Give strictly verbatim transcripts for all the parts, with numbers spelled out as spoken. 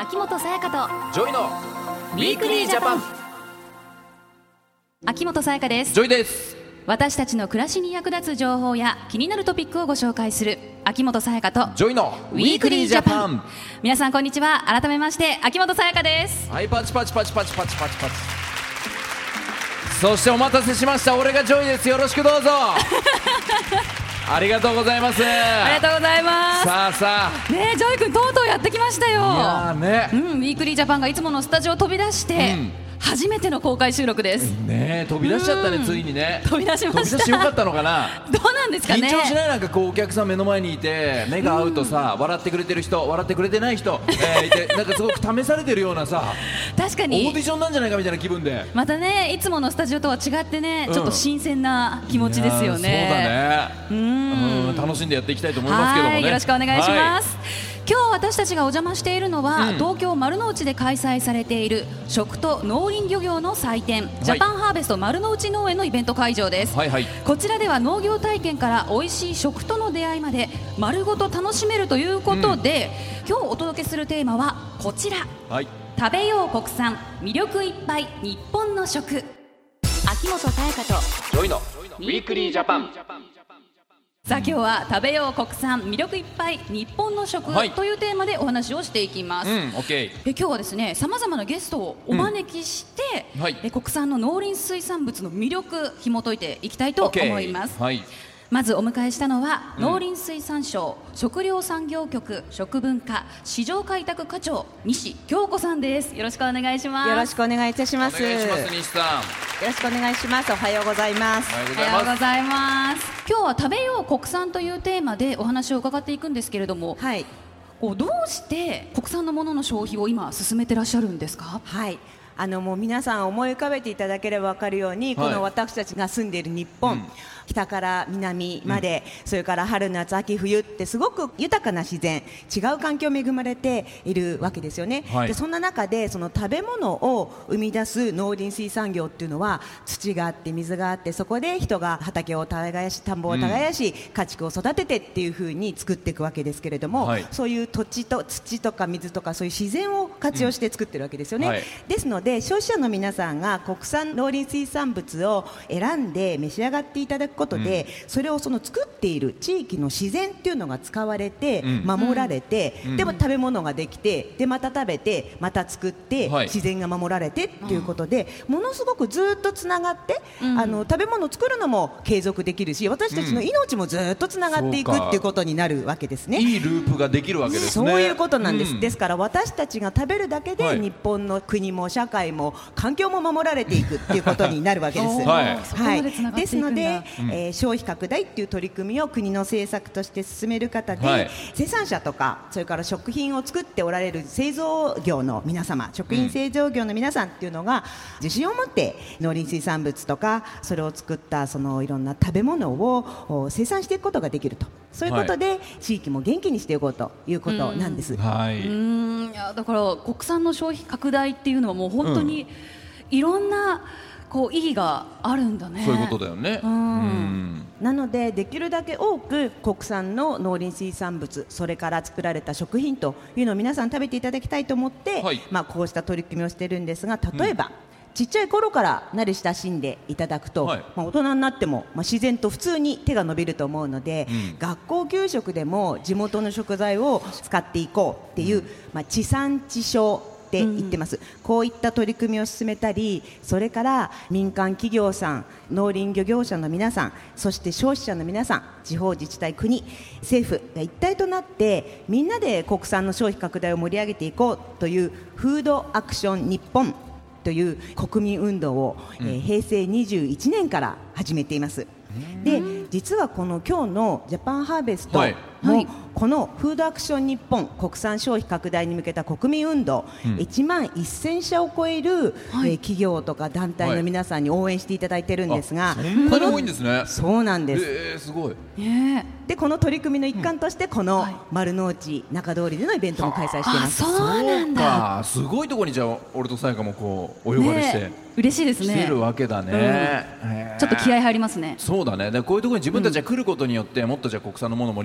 秋元才加とジョイのウィークリージャパン。 秋元才加です。 ジョイです。 私たちの暮らしに役立つ情報や気になるトピックをご紹介する秋元才加とジョイのウィークリージャパン。皆さんこんにちは。改めまして秋元才加です。 はい、パチパチパチパチパチパチパチ。そしてお待たせしました、俺がジョイです。よろしくどうぞ。ありがとうございます。 ありがとうございます。 さあさあねえ、ジョイ君とうとうやってきましたよ。 いやーね、 うん、ウィークリージャパンがいつものスタジオを飛び出して、うん初めての公開収録です。 ねえ、飛び出しちゃったね、ついにね。 飛び出しました。 飛び出してよかったのかな。 どうなんですかね。 緊張しない？なんかこうお客さん目の前にいて目が合うとさ、笑ってくれてる人、笑ってくれてない人、えー、いて、なんかすごく試されてるようなさ確かにオーディションなんじゃないかみたいな気分で、 またね、いつものスタジオとは違ってね、うん、ちょっと新鮮な気持ちですよね。 そうだね。うん、楽しんでやっていきたいと思いますけどもね。 はい、よろしくお願いします。今日私たちがお邪魔しているのは、うん、東京丸の内で開催されている食と農林漁業の祭典、はい、ジャパンハーベスト丸の内農園のイベント会場です、はいはい、こちらでは農業体験から美味しい食との出会いまで丸ごと楽しめるということで、うん、今日お届けするテーマはこちら、はい、食べよう国産魅力いっぱい日本の食。秋元才加とジョイのウィークリージャパン。 さあ今日は食べよう国産魅力いっぱい日本の食、はい、というテーマでお話をしていきます、うん、 okay、 え今日はですね、さまざまなゲストをお招きして、うんはい、え国産の農林水産物の魅力紐解いていきたいと思います、okay はい、まずお迎えしたのは、うん、農林水産省食糧産業局食文化市場開拓課長西京子さんです。よろしくお願いします。 よろしくお願いいたします。 お願いします西さん。 よろしくお願いします。おはようございます。 おはようございます。今日は食べよう国産というテーマでお話を伺っていくんですけれども、はい、こうどうして国産のものの消費を今進めてらっしゃるんですか？ はい、あのもう皆さん思い浮かべていただければ分かるように、はい、この私たちが住んでいる日本、うん、北から南まで、うん、それから春夏秋冬ってすごく豊かな自然、違う環境に恵まれているわけですよね、はい、でそんな中でその食べ物を生み出す農林水産業っていうのは土があって水があって、そこで人が畑を耕し田んぼを耕し、うん、家畜を育ててっていう風に作っていくわけですけれども、はい、そういう土地と土とか水とかそういう自然を活用して作ってるわけですよね、うんはい、ですので消費者の皆さんが国産農林水産物を選んで召し上がっていただくことで、うん、それをその作っている地域の自然っていうのが使われて、うん、守られて、うん、でも食べ物ができて、でまた食べてまた作って、はい、自然が守られてっていうことで、うん、ものすごくずっとつながって、うん、あの食べ物を作るのも継続できるし、私たちの命もずっとつながっていくっていうことになるわけですね。 いいループができるわけですね。 そういうことなんです、うん、ですから私たちが食べるだけで、はい、日本の国も社会も環境も守られていくっていうことになるわけです、 はいはい、ですので、うんえー、消費拡大っていう取り組みを国の政策として進める方で、はい、生産者とかそれから食品を作っておられる製造業の皆様、食品製造業の皆さんっていうのが自信を持って農林水産物とかそれを作ったそのいろんな食べ物を生産していくことができると、そういうことで、はい、地域も元気にしていこうということなんです。 うん、はい、うーんいやだから国産の消費拡大っていうのはもう本当にいろんな、うんこう意義があるんだね。 そういうことだよね。うんうんなのでできるだけ多く国産の農林水産物、それから作られた食品というのを皆さん食べていただきたいと思って、はいまあ、こうした取り組みをしているんですが、例えば、うん、ちっちゃい頃から慣れ親しんでいただくと、はいまあ、大人になっても、まあ、自然と普通に手が伸びると思うので、うん、学校給食でも地元の食材を使っていこうっていう、うんまあ、地産地消って言ってます、うん、こういった取り組みを進めたり、それから民間企業さん、農林漁業者の皆さん、そして消費者の皆さん、地方自治体、国、政府が一体となってみんなで国産の消費拡大を盛り上げていこうというフードアクション日本という国民運動を、うんえー、平成にじゅういちねんから始めています。で実はこの今日のジャパンハーベストも、はいはい、このフードアクション日本国産消費拡大に向けた国民運動、うん、いちまんせんしゃを超える、はいえー、企業とか団体の皆さんに応援していただいてるんですが、 はい、そんなに多いんですね。 そうなんです、 えー、すごい、 えー、でこの取り組みの一環としてこの丸の内中通りでのイベントも開催しています。 あ、そうなんだ。 すごいところにじゃあ俺とさやかもこうお呼ばれして、ね、 嬉しいですね。 来てるわけだね、 うん、ちょっと気合入りますね。 そうだね。でこういうところに自分たちが来ることによって、うん、もっとじゃあ国産のものを盛り上げていこう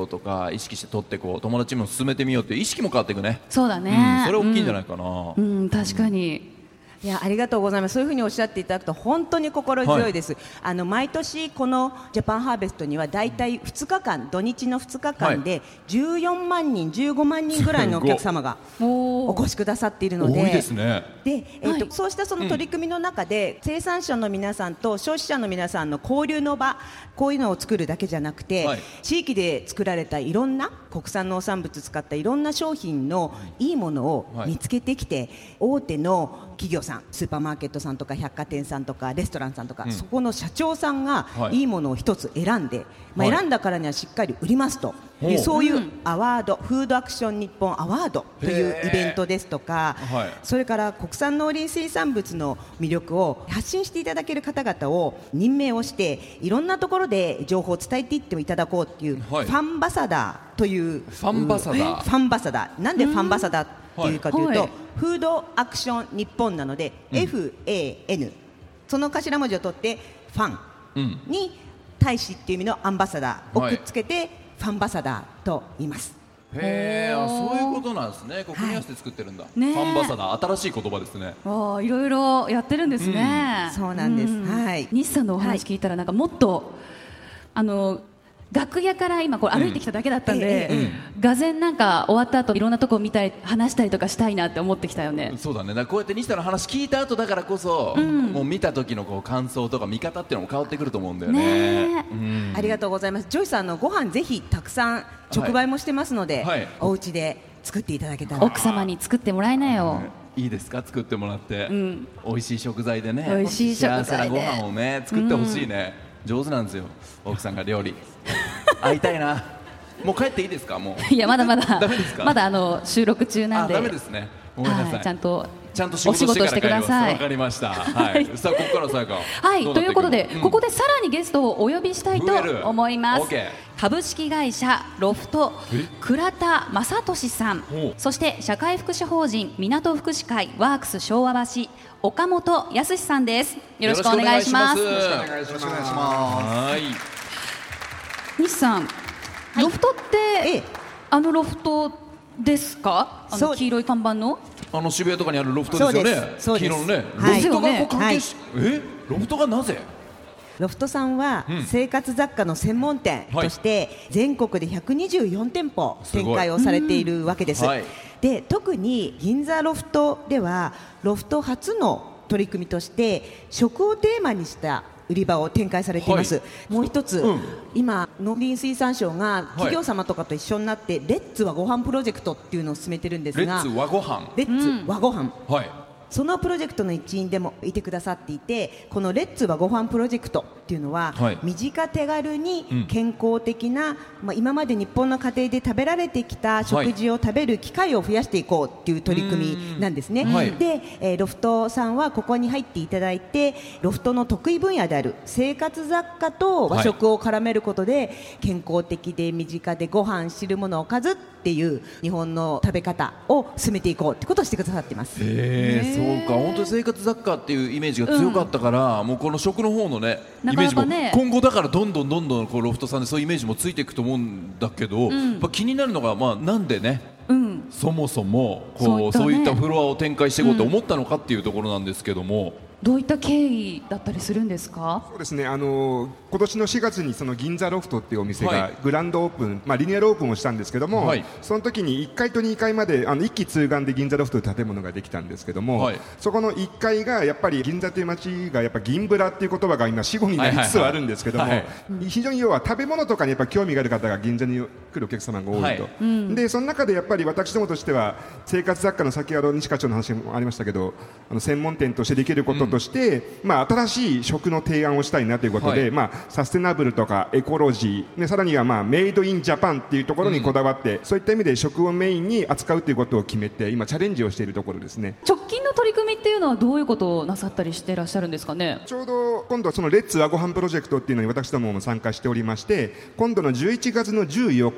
とか意識して取ってこう友達にも進めてみようっていう意識も変わっていくね。 そうだね、 うん、それ大きいんじゃないかな。 うん、うん、確かに。 いや、ありがとうございます。そういうふうにおっしゃっていただくと本当に心強いです、はい、あの毎年このジャパンハーベストにはだいたいふつかかん、土日のふつかかんでじゅうよんまんにんじゅうごまんにんぐらいのお客様がお越しくださっているので、 多いですね。 で、えーとはい、そうしたその取り組みの中で、うん、生産者の皆さんと消費者の皆さんの交流の場、こういうのを作るだけじゃなくて、はい、地域で作られたいろんな国産農産物使ったいろんな商品のいいものを見つけてきて、はい、大手の企業さん、スーパーマーケットさんとか百貨店さんとかレストランさんとか、うん、そこの社長さんがいいものを一つ選んで、はい、まあ、選んだからにはしっかり売りますと、はい、そういうアワード、うん、フードアクション日本アワードというイベントですとか、はい、それから国産農林水産物の魅力を発信していただける方々を任命をしていろんなところで情報を伝えていっていただこうという、はい、ファンバサダーというファンバサダーファンバサダーなんでファンバサダーっていうかというと、はい、フードアクション日本なので、うん、エフエーエヌ その頭文字を取ってファンに大使っていう意味のアンバサダーをくっつけて、はい、ファンバサダーと言います。 へー、そういうことなんですね。こう組み合わせて作ってるんだ、はい、ファンバサダー、新しい言葉ですね。 あ、いろいろやってるんですね、 うん、そうなんです、うん、はい、 西さんのお話聞いたらなんかもっと、あの楽屋から今これ歩いてきただけだったんで、うん、がぜんなんか終わった後いろんなとこ見たり話したりとかしたいなって思ってきたよね。 そうだね。だからこうやって西田の話聞いた後だからこそ、うん、もう見た時のこう感想とか見方っていうのも変わってくると思うんだよね。ね、 うん、ありがとうございます。ジョイさんのご飯ぜひたくさん直売もしてますので、はいはい、お家で作っていただけたら。 奥様に作ってもらえなよ。 いいですか、作ってもらって、うん、美味しい食材でね、 美味しい食材で幸せなご飯をね作ってほしいね、うん、上手なんですよ奥さんが料理会いたいな。もう帰っていいですか。もういや、まだまだダメですか。 まだあの収録中なんで。 あ、ダメですね。ごめんなさい。 はい、ちゃんとちゃんと仕事してから帰ります。わかりました。はい。さあ、ここからさやか。 はい。ということで、うん、ここでさらにゲストをお呼びしたいと思います。株式会社ロフト倉田正俊さん、そして社会福祉法人港福祉会ワークス昭和橋岡本康さんです。よろしくお願いします。 よろしくお願いします。はい。 西さん、ロフトって、はい、あのロフトですか。あの黄色い看板のあの渋谷とかにあるロフトですよね。黄色のね、 はい、 ロフトがこう関係し、はい、えロフトがなぜ。 ロフトさんは生活雑貨の専門店として全国でひゃくにじゅうよんてんぽ展開をされているわけです。はい、で、特に銀座ロフトではロフト初の取り組みとして食をテーマにした売り場を展開されています。はい、もう一つ、うん、今農林水産省が企業様とかと一緒になって、はい、レッツ和ごはんプロジェクトっていうのを進めてるんですが、 レッツ和ごはん、 レッツ和ごはん、 はい、 そのプロジェクトの一員でもいてくださっていて、このレッツ和ごはんプロジェクトっていうのは、はい、身近手軽に健康的な、うん、まあ、今まで日本の家庭で食べられてきた食事を食べる機会を増やしていこうっていう取り組みなんですね。はい、で、えー、ロフトさんはここに入っていただいて、ロフトの得意分野である生活雑貨と和食を絡めることで、はい、健康的で身近でご飯汁物おかずっていう日本の食べ方を進めていこうってことをしてくださってます。 へー、そうか。本当に生活雑貨っていうイメージが強かったから、うん、もうこの食の方のねイメージも今後だからどんどんどんどんこうロフトさんでそういうイメージもついていくと思うんだけど、うん、やっぱ気になるのが、まあ、なんでね、うん、そもそもこうそういったね、そういったフロアを展開していこうと思ったのかっていうところなんですけども、 どういった経緯だったりするんですか。 そうですね、あの今年のしがつにその銀座ロフトっていうお店がグランドオープン、はい、まあ、リニューアルオープンをしたんですけども、はい、その時にいっかいとにかいまであの一気通貫で銀座ロフトという建物ができたんですけども、はい、そこのいっかいがやっぱり銀座という街がやっぱ銀ブラっていう言葉が今死語になりつつあるんですけども、はいはいはい、非常に要は食べ物とかにやっぱ興味がある方が銀座に来るお客様が多いと、はい、うん、でその中でやっぱり私どもとしては生活雑貨の先ほど西課長の話もありましたけど、あの専門店としてできることとして、うん、まあ、新しい食の提案をしたいなということで、はい、まあ、サステナブルとかエコロジー、ね、さらにはまあメイドインジャパンっていうところにこだわって、うん、そういった意味で食をメインに扱うということを決めて今チャレンジをしているところですね。 直近の取り組みっていうのはどういうことをなさったりしていらっしゃるんですかね。 ちょうど今度はそのレッツ和ごはんプロジェクトっていうのに私どもも参加しておりまして、今度のじゅういちがつのじゅうよっ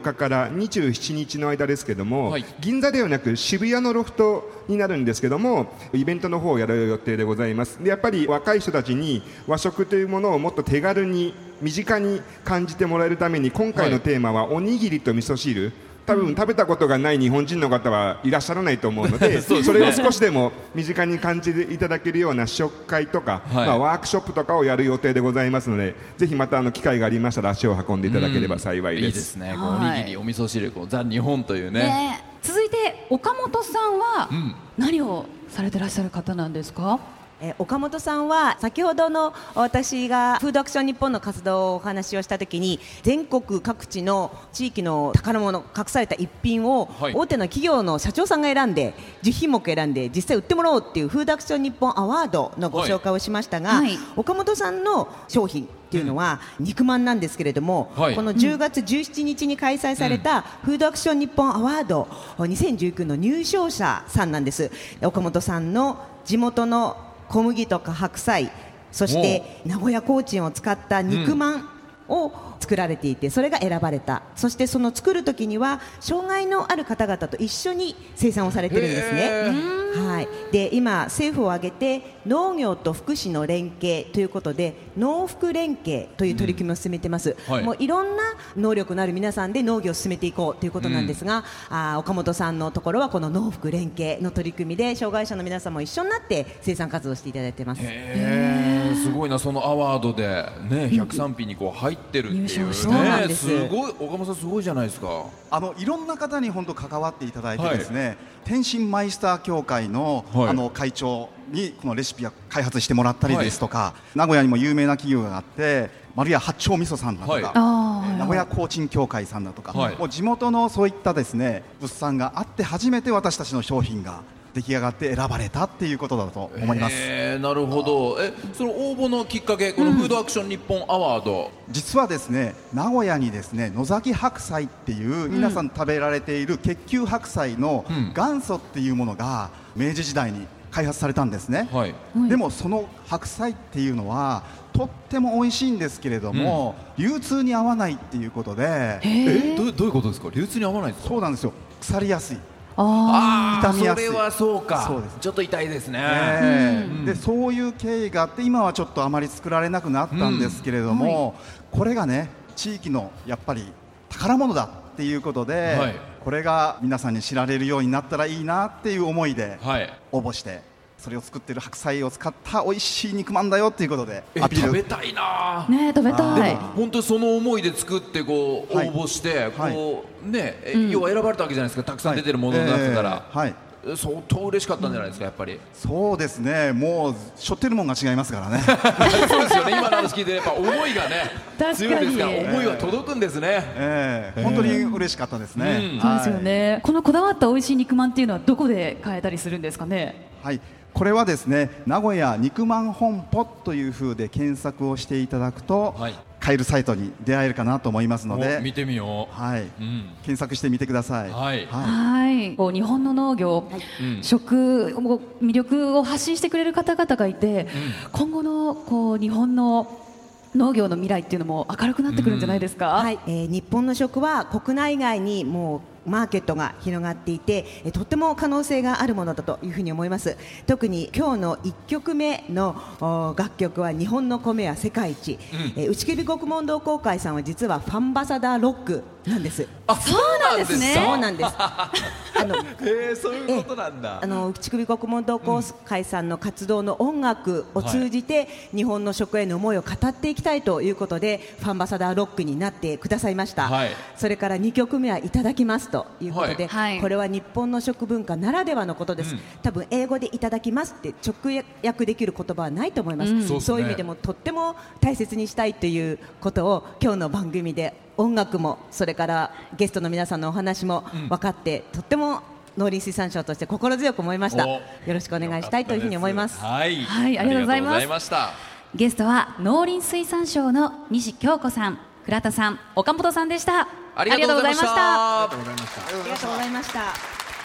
っかからにじゅうしちにちの間ですけども、はい、銀座ではなく渋谷のロフトになるんですけども、イベントの方をやる予定でございます。でやっぱり若い人たちに和食というものをもっと手軽に身近に感じてもらえるために、今回のテーマはおにぎりと味噌汁。多分食べたことがない日本人の方はいらっしゃらないと思うのでそ, で、ね、それを少しでも身近に感じていただけるような試食会とか、はい、まあ、ワークショップとかをやる予定でございますので、ぜひまたあの機会がありましたら足を運んでいただければ幸いです。 いいですね、おにぎり、お味噌汁、ザ・日本というね。ね、 続いて岡本さんは何をされてらっしゃる方なんですか？ え岡本さんは先ほどの私がフードアクション日本の活動をお話をしたときに、全国各地の地域の宝物、隠された一品を大手の企業の社長さんが選んでじゅっひんもく選んで実際売ってもらおうっていうフードアクション日本アワードのご紹介をしましたが、はい、岡本さんの商品っていうのは肉まんなんですけれども、はい、このじゅうがつじゅうしちにちに開催されたフードアクション日本アワードにせんじゅうきゅうの入賞者さんなんです。岡本さんの地元の小麦とか白菜、そして名古屋コーチンを使った肉まんを作られていて、それが選ばれた。そしてその作る時には障害のある方々と一緒に生産をされてるんですね。はい、で今政府を挙げて農業と福祉の連携ということで農福連携という取り組みを進めてます、うん、はい、もういろんな能力のある皆さんで農業を進めていこうということなんですが、うん、あ岡本さんのところはこの農福連携の取り組みで障害者の皆さんも一緒になって生産活動していただいてます。 へー、すごいな。そのアワードで、ね、ひゃくさんぴんにこう入ってるっていう、ね、入賞したんです。すごい、岡本さんすごいじゃないですか。 あのいろんな方に本当関わっていただいてですね、はい、天津マイスター協会 の,、はい、あの会長にこのレシピを開発してもらったりですとか、はい、名古屋にも有名な企業があって丸屋八丁味噌さんだとか、はい、名古屋コーチン協会さんだとか、はい、もう地元のそういったですね物産があって初めて私たちの商品が出来上がって選ばれたっていうことだと思います。 えー、なるほど。えその応募のきっかけ、このフードアクション日本アワード、 うん、実はですね名古屋にですね野崎白菜っていう皆さん食べられている結球白菜の元祖っていうものが明治時代に開発されたんですね、はい、でもその白菜っていうのはとっても美味しいんですけれども、うん、流通に合わないっていうことで、 えど, どういうことですか？流通に合わないんですか？ そうなんですよ。腐りやすい、 あ痛みやすい。それはそうか。そうです。ちょっと痛いですね、 えーうん、でそういう経緯があって今はちょっとあまり作られなくなったんですけれども、うんはい、これがね地域のやっぱり宝物だっていうことで、はい、これが皆さんに知られるようになったらいいなっていう思いで応募して、はい、それを作っている白菜を使った美味しい肉まんだよっていうことでアピール。 食べたいな、 ね、食べたい。 でも本当にその思いで作ってこう応募して、はい、こうね、うん、要は選ばれたわけじゃないですか。たくさん出てるものの中から、はいえーはい、相当嬉しかったんじゃないですか、やっぱり。 そうですね、もう背負ってるもんが違いますからねそうですよね。今の話聞いてやっぱ思いがね強いですから、思いは届くんですね、 えーえー、本当に嬉しかったですね、 うん、そうですよね、はい、このこだわった美味しい肉まんっていうのはどこで買えたりするんですかね？ はい、これはですね名古屋肉まん本舗という風で検索をしていただくと、はい、買えるサイトに出会えるかなと思いますので見てみよう、 はいうん、検索してみてください。 はい、 はい、こう日本の農業、はい、食魅力を発信してくれる方々がいて、うん、今後のこう日本の農業の未来っていうのも明るくなってくるんじゃないですか？ はい、えー、日本の食は国内外にもうマーケットが広がっていて、えとっても可能性があるものだというふうに思います。特に今日のいっきょくめの楽曲は日本の米は世界一、うん、え内首獄門同好会さんは実はファンバサダーロックなんです。 あ、そうなんですね。 そうなんです。あのへー、そういうことなんだ。 あの内首獄門同好会さんの活動の音楽を通じて、はい、日本の食への思いを語っていきたいということでファンバサダーロックになってくださいました、はい、それからにきょくめはいただきますということで、はい、これは日本の食文化ならではのことです、うん、多分英語でいただきますって直訳できる言葉はないと思います、うん、そう、そういう意味でもとっても大切にしたいということを今日の番組で音楽もそれからゲストの皆さんのお話も分かって、うん、とっても農林水産省として心強く思いました。よろしくお願いしたいというふうに思います。 はい、 はい、ありがとうございます。ましたゲストは農林水産省の西京子さん、倉田さん、岡本さんでした。 ありがとうございました。 ありがとうございました。ありがとうございました。ウ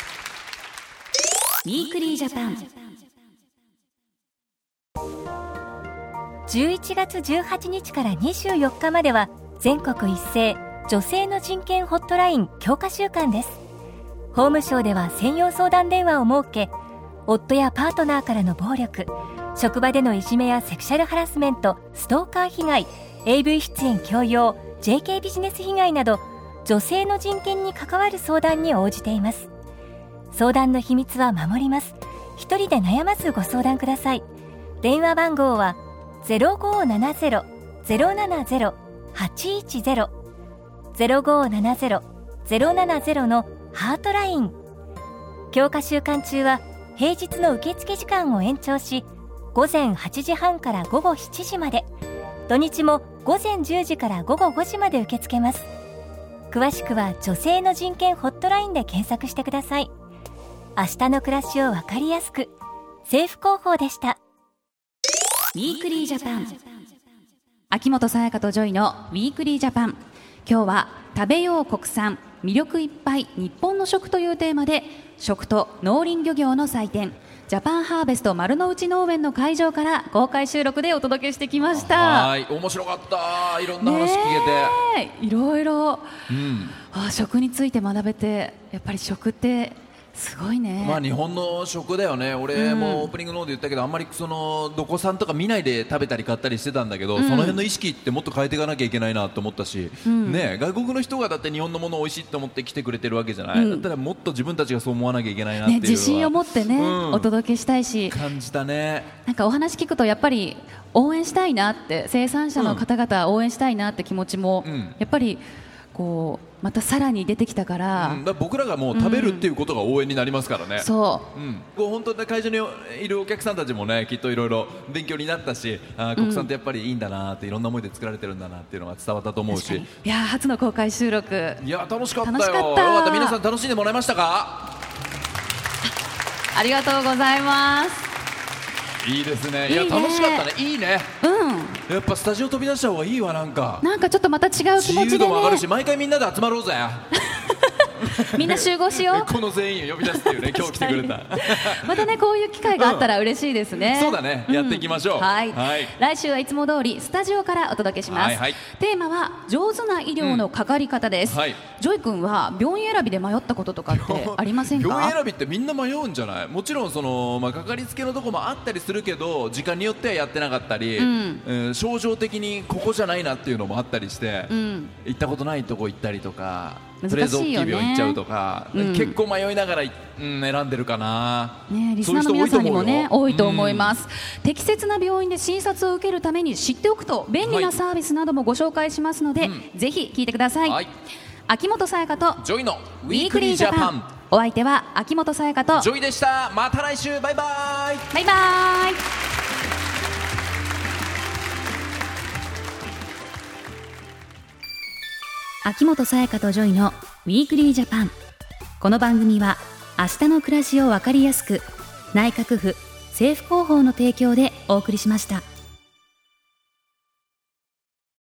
ィークリージャパンじゅういちがつじゅうはちにちからにじゅうよっかまでは全国一斉女性の人権ホットライン強化週間です。法務省では専用相談電話を設け、夫やパートナーからの暴力、職場でのいじめやセクシャルハラスメント、ストーカー被害、 エーブイ 出演強要、 ジェーケー ビジネス被害など女性の人権に関わる相談に応じています。相談の秘密は守ります。一人で悩まずご相談ください。電話番号は ゼロごーななゼロ ゼロななゼロ はちいちゼロ ゼロごーななゼロ ゼロななゼロのハートライン。強化週間中は平日の受付時間を延長し、午前はちじはんから午後しちじまで、土日も午前じゅうじから午後ごじまで受け付けます。詳しくは女性の人権ホットラインで検索してください。明日の暮らしをわかりやすく、政府広報でした。 ウィークリージャパン、秋元才加とジョイのウィークリージャパン。今日は食べよう国産魅力いっぱい日本の食というテーマで、食と農林漁業の祭典ジャパンハーベスト丸の内農園の会場から公開収録でお届けしてきました。 はい、面白かった。いろんな話聞けて、いろいろ、 うん、 あ、食について学べて、やっぱり食ってすごいね。 まあ日本の食だよね。俺もオープニングの方で言ったけど、うん、あんまりそのどこ産とか見ないで食べたり買ったりしてたんだけど、うん、その辺の意識ってもっと変えていかなきゃいけないなと思ったし、うん、ね、外国の人がだって日本のもの美味しいと思って来てくれてるわけじゃない、うん、だったらもっと自分たちがそう思わなきゃいけないなっていうのは、 ね、自信を持ってね、うん、お届けしたいし、 感じたね。 なんかお話聞くとやっぱり応援したいなって、生産者の方々応援したいなって気持ちも、うん、やっぱりこうまたさらに出てきたから、 うん、だから僕らがもう食べるっていうことが応援になりますからね、 うん、そう、 うん、こう本当に会場にいるお客さんたちもね、きっといろいろ勉強になったし、あ、国産ってやっぱりいいんだなって、いろんな思いで作られてるんだなっていうのが伝わったと思うし、 いや初の公開収録、 いや楽しかったよ。 楽しかった。 よかった。皆さん楽しんでもらいましたか？ ありがとうございます。 いいですね。いや、いいね、楽しかったね。いいね。 うん。 やっぱスタジオ飛び出した方がいいわ。なんかなんかちょっとまた違う気持ちでね、 自由度も上がるし、毎回みんなで集まろうぜみんな集合しようこの全員を呼び出すっていうね今日来てくれたまたね、こういう機会があったら嬉しいですね、 うん、そうだね、やっていきましょう、 うん、はい、はい、来週はいつも通りスタジオからお届けします、はいはい、テーマは上手な医療のかかり方です、うん、はい、ジョイ君は病院選びで迷ったこととかってありませんか？ 病院選びってみんな迷うんじゃない？もちろんその、まあ、かかりつけのとこもあったりするけど、時間によってはやってなかったり、うんえー、症状的にここじゃないなっていうのもあったりして、うん、行ったことないとこ行ったりとか、とりあえず大きい病院行っちゃうとか、うん、結構迷いながら、うん、選んでるかな、 ね、リスナーの皆さんにもね、多いと思います、うん、適切な病院で診察を受けるために知っておくと便利なサービスなどもご紹介しますので、はい、ぜひ聞いてください、はい、秋元才加とジョイのウィークリージャパン、 お相手は秋元才加とジョイでした。また来週、バイバイ。 バイバイ。秋元才加とジョイのウィークリージャパン。この番組は明日の暮らしをわかりやすく、内閣府政府広報の提供でお送りしました。